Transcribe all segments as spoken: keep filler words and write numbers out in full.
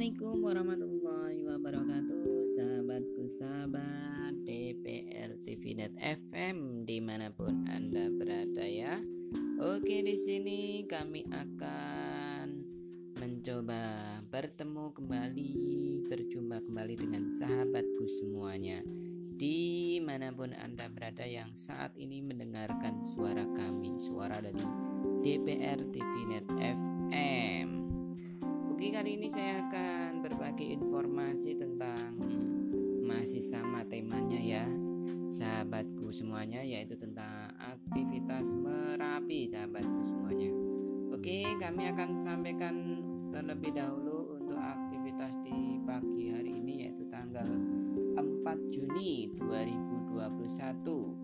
Assalamualaikum warahmatullahi wabarakatuh, sahabatku, sahabat D P R T V Net F M dimanapun Anda berada ya. Oke, di sini kami akan mencoba bertemu kembali, berjumpa kembali dengan sahabatku semuanya, dimanapun Anda berada yang saat ini mendengarkan suara kami, suara dari D P R T V Net F M. Oke, kali ini saya akan berbagi informasi tentang masih sama temanya ya, sahabatku semuanya, yaitu tentang aktivitas Merapi, sahabatku semuanya. Oke, kami akan sampaikan terlebih dahulu untuk aktivitas di pagi hari ini, yaitu tanggal empat Juni dua ribu dua puluh satu.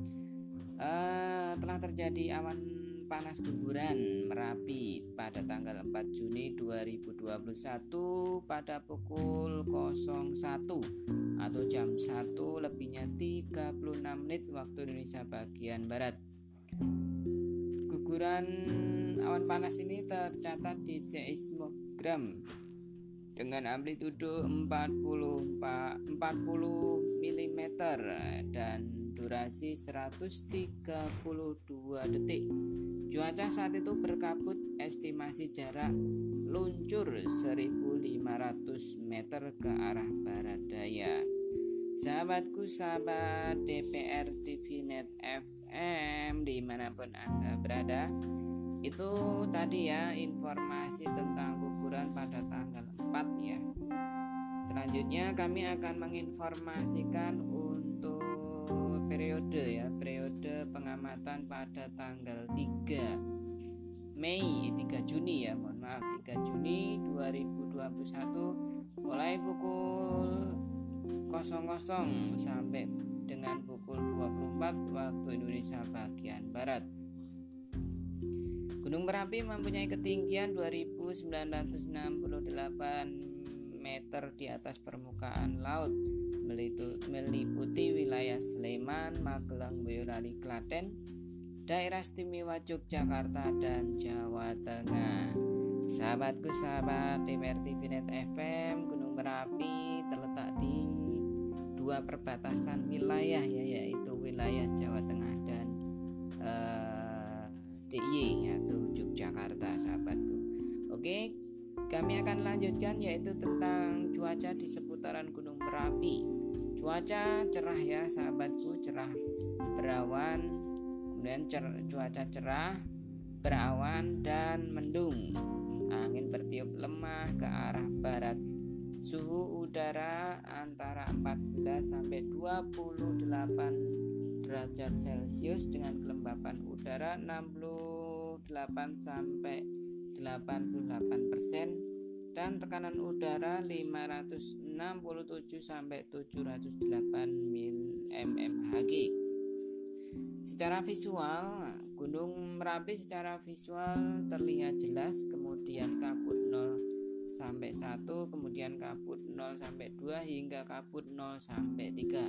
Uh, telah terjadi awan panas guguran Merapi pada tanggal empat Juni dua ribu dua puluh satu pada pukul nol satu atau jam satu lebihnya tiga puluh enam menit waktu Indonesia bagian Barat. Guguran awan panas ini tercatat di seismogram dengan amplitudo empat puluh milimeter dan durasi seratus tiga puluh dua detik. Cuaca saat itu berkabut, estimasi jarak luncur seribu lima ratus meter ke arah barat daya. Sahabatku, sahabat D P R T V Net F M dimanapun Anda berada, itu tadi ya informasi tentang guguran pada tanggal empat ya. Selanjutnya kami akan menginformasikan untuk periode ya, periode pengamatan pada tanggal tiga Mei, tiga Juni ya, mohon maaf, tiga Juni dua ribu dua puluh satu mulai pukul nol nol sampai dengan pukul dua puluh empat waktu Indonesia bagian Barat. Gunung Merapi mempunyai ketinggian dua ribu sembilan ratus enam puluh delapan meter di atas permukaan laut, meliputi wilayah Sleman, Magelang, Boyolali, Klaten, Daerah Istimewa Yogyakarta, dan Jawa Tengah. Sahabatku, sahabat D P R T V Net F M, Gunung Merapi terletak di dua perbatasan wilayah ya, yaitu wilayah Jawa Tengah dan uh, D I Y yaitu Yogyakarta, sahabatku. Oke, kami akan lanjutkan yaitu tentang cuaca di seputaran Gunung Merapi. Cuaca cerah ya, sahabatku, cerah berawan, kemudian cer- cuaca cerah berawan dan mendung. Angin bertiup lemah ke arah barat. Suhu udara antara empat belas sampai dua puluh delapan derajat Celcius dengan kelembapan udara enam puluh delapan sampai delapan puluh delapan persen dan tekanan udara lima ratus enam puluh tujuh sampai tujuh ratus delapan mmHg. Secara visual, Gunung Merapi secara visual terlihat jelas, kemudian kabut nol sampai satu, kemudian kabut nol sampai dua hingga kabut nol sampai tiga.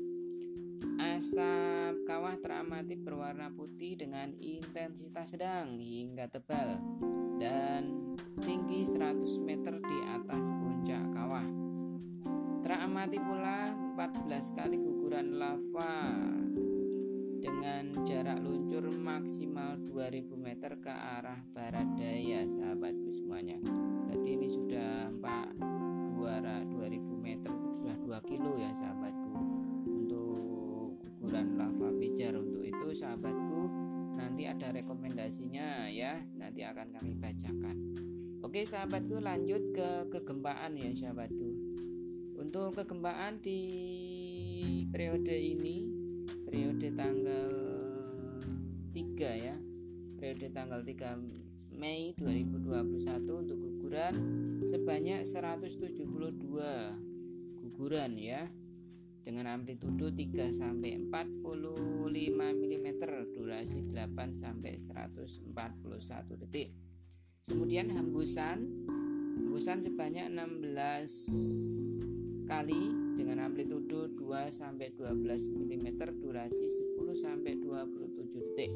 Asap kawah teramati berwarna putih dengan intensitas sedang hingga tebal dan tinggi seratus meter di atas puncak kawah. Teramati pula empat belas kali guguran lava dengan jarak luncur maksimal dua ribu meter ke arah barat daya, sahabatku semuanya. Berarti ini sudah dua ribu meter, sudah dua kilo ya, sahabatku, untuk guguran lava pijar. Untuk itu, sahabatku, nanti ada rekomendasinya ya, nanti akan kami bacakan. Oke, sahabatku, lanjut ke kegempaan ya, sahabatku. Untuk kegempaan di periode ini, periode tanggal tiga ya, periode tanggal tiga Mei dua ribu dua puluh satu untuk guguran sebanyak seratus tujuh puluh dua guguran ya, dengan amplitudo tiga sampai empat puluh lima milimeter, durasi delapan sampai seratus empat puluh satu detik. Kemudian hembusan hembusan sebanyak enam belas kali dengan amplitudo dua sampai dua belas milimeter, durasi sepuluh sampai dua puluh tujuh detik.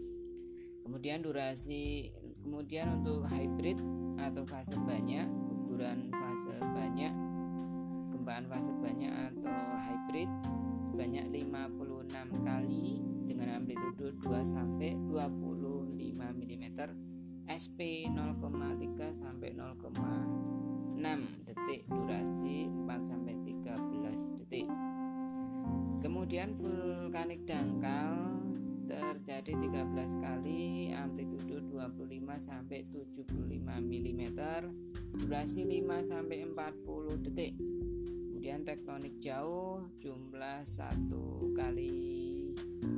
Kemudian durasi kemudian untuk hybrid atau fase banyak, guguran fase banyak, gempaan fase banyak atau hybrid sebanyak lima puluh enam kali dengan amplitudo dua sampai dua puluh lima milimeter, S P nol koma tiga sampai nol koma enam detik, durasi empat sampai tiga belas detik. Kemudian vulkanik dangkal terjadi tiga belas kali, amplitudo dua puluh lima sampai tujuh puluh lima milimeter, durasi lima sampai empat puluh detik. Kemudian tektonik jauh jumlah satu kali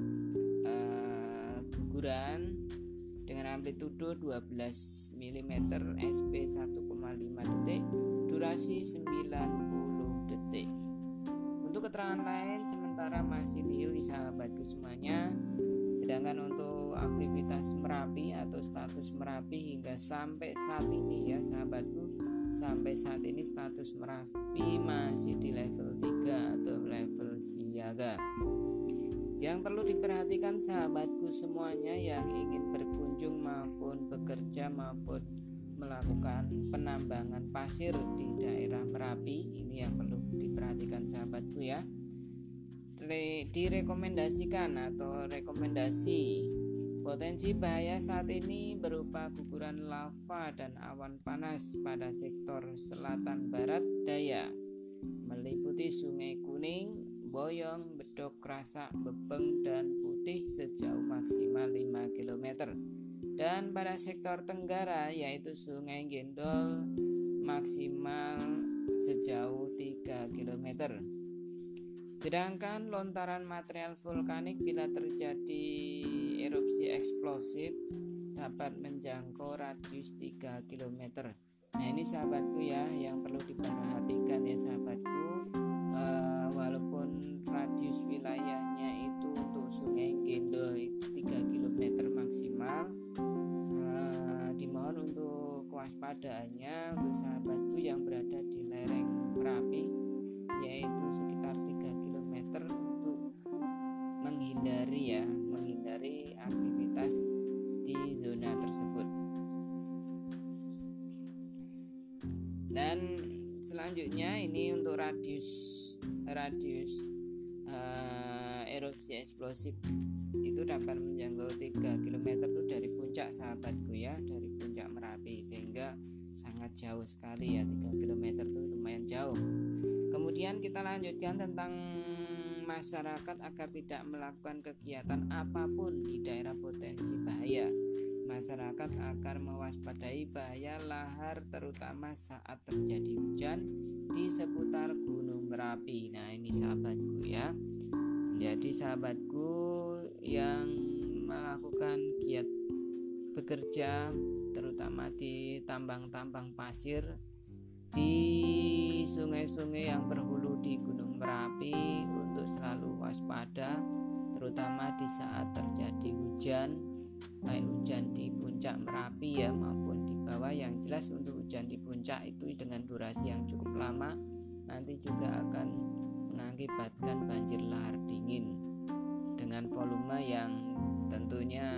uh, guguran dengan amplitudo dua belas milimeter, S P satu koma lima detik, durasi sembilan puluh detik. Untuk keterangan lain sementara masih liu sahabatku semuanya. Sedangkan untuk aktivitas Merapi atau status Merapi hingga sampai saat ini ya sahabatku, sampai saat ini status Merapi masih di level tiga atau level siaga. Yang perlu diperhatikan sahabatku semuanya yang ingin berkunjung maupun bekerja maupun melakukan penambangan pasir di daerah Merapi, ini yang perlu diperhatikan sahabatku ya. Re, direkomendasikan atau rekomendasi potensi bahaya saat ini berupa guguran lava dan awan panas pada sektor selatan barat daya meliputi Sungai Kuning, Boyong, Bedok, Krasak, Bebeng, dan Putih sejauh maksimal lima kilometer. Dan pada sektor tenggara yaitu Sungai Gendol maksimal sejauh tiga kilometer. Sedangkan lontaran material vulkanik bila terjadi erupsi eksplosif dapat menjangkau radius tiga kilometer. Nah ini sahabatku ya yang perlu diperhatikan ya sahabatku, e, walaupun radius wilayahnya itu untuk Sungai Gendol tiga kilometer maksimal, e, dimohon untuk kewaspadaannya untuk sahabatku yang berada di lereng Merapi yaitu sekitar tiga kilometer untuk menghindari ya menghindari aktivitas di zona tersebut. Dan selanjutnya ini untuk radius radius uh, erupsi eksplosif itu dapat menjangkau tiga kilometer itu dari puncak sahabatku ya, dari puncak Merapi, sehingga sangat jauh sekali ya, tiga kilometer itu lumayan jauh. Kemudian kita lanjutkan tentang masyarakat agar tidak melakukan kegiatan apapun di daerah potensi bahaya. Masyarakat agar mewaspadai bahaya lahar terutama saat terjadi hujan di seputar Gunung Merapi. Nah ini sahabatku ya. Jadi sahabatku yang melakukan giat bekerja terutama di tambang-tambang pasir, di sungai-sungai yang berhulu di Gunung Merapi untuk selalu waspada terutama di saat terjadi hujan, baik hujan di puncak Merapi ya maupun di bawah. Yang jelas untuk hujan di puncak itu dengan durasi yang cukup lama nanti juga akan mengakibatkan banjir lahar dingin dengan volume yang tentunya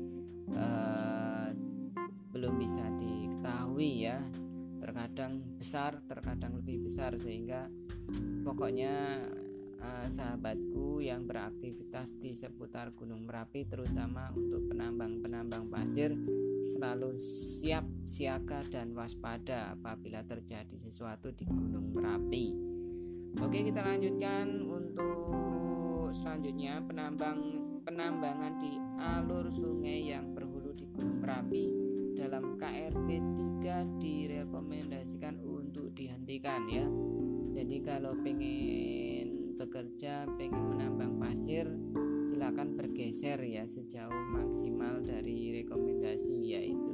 uh, belum bisa diketahui ya, terkadang besar terkadang lebih besar, sehingga pokoknya uh, sahabatku yang beraktivitas di seputar Gunung Merapi terutama untuk penambang-penambang pasir selalu siap siaga dan waspada apabila terjadi sesuatu di Gunung Merapi. Oke, kita lanjutkan untuk selanjutnya penambang penambangan di alur sungai yang berhulu di Gunung Merapi dalam K R B tiga direkomendasikan untuk dihentikan ya. Jadi kalau pengen bekerja, pengen menambang pasir, silakan bergeser ya sejauh maksimal dari rekomendasi, yaitu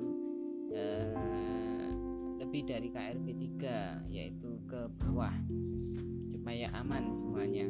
eh, lebih dari K R B tiga, yaitu ke bawah supaya aman semuanya.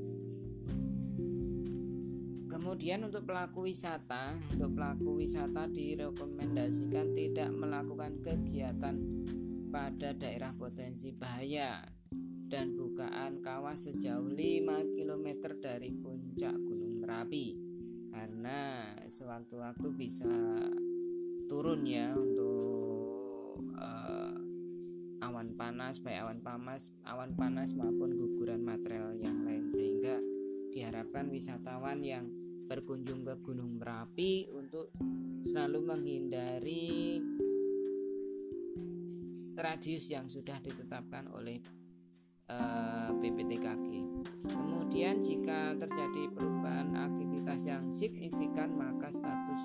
Kemudian untuk pelaku wisata, untuk pelaku wisata direkomendasikan tidak melakukan kegiatan pada daerah potensi bahaya dan bukaan kawah sejauh lima kilometer dari puncak Gunung Merapi, karena sewaktu-waktu bisa turun ya untuk uh, awan panas, baik awan panas, awan panas maupun guguran material yang lain, sehingga diharapkan wisatawan yang berkunjung ke Gunung Merapi untuk selalu menghindari radius yang sudah ditetapkan oleh uh, B P T K G. Kemudian jika terjadi perubahan aktivitas yang signifikan, maka status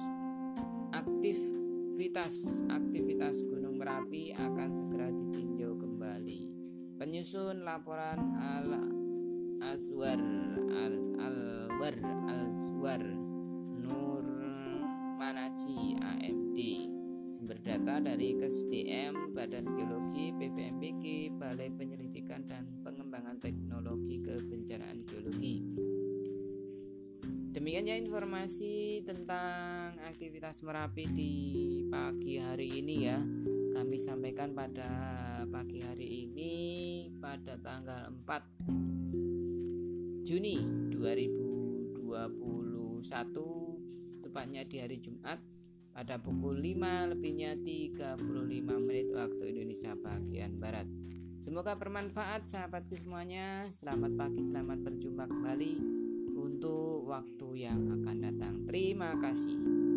aktivitas aktivitas Gunung Merapi akan segera ditinjau kembali. Penyusun laporan al Azwar al Alwar Alwar Nur Manaji A M D. Sumber data dari K E S D M, Badan Geologi, B V M B G, Balai Penyelidikan dan Pengembangan Teknologi Kebencanaan Geologi. Demikian ya informasi tentang aktivitas Merapi di pagi hari ini ya. Kami sampaikan pada pagi hari ini pada tanggal empat Juni dua ribu dua puluh satu, tepatnya di hari Jumat pada pukul lima lebihnya tiga puluh lima menit waktu Indonesia bagian Barat. Semoga bermanfaat sahabatku semuanya. Selamat pagi, selamat berjumpa kembali untuk waktu yang akan datang. Terima kasih.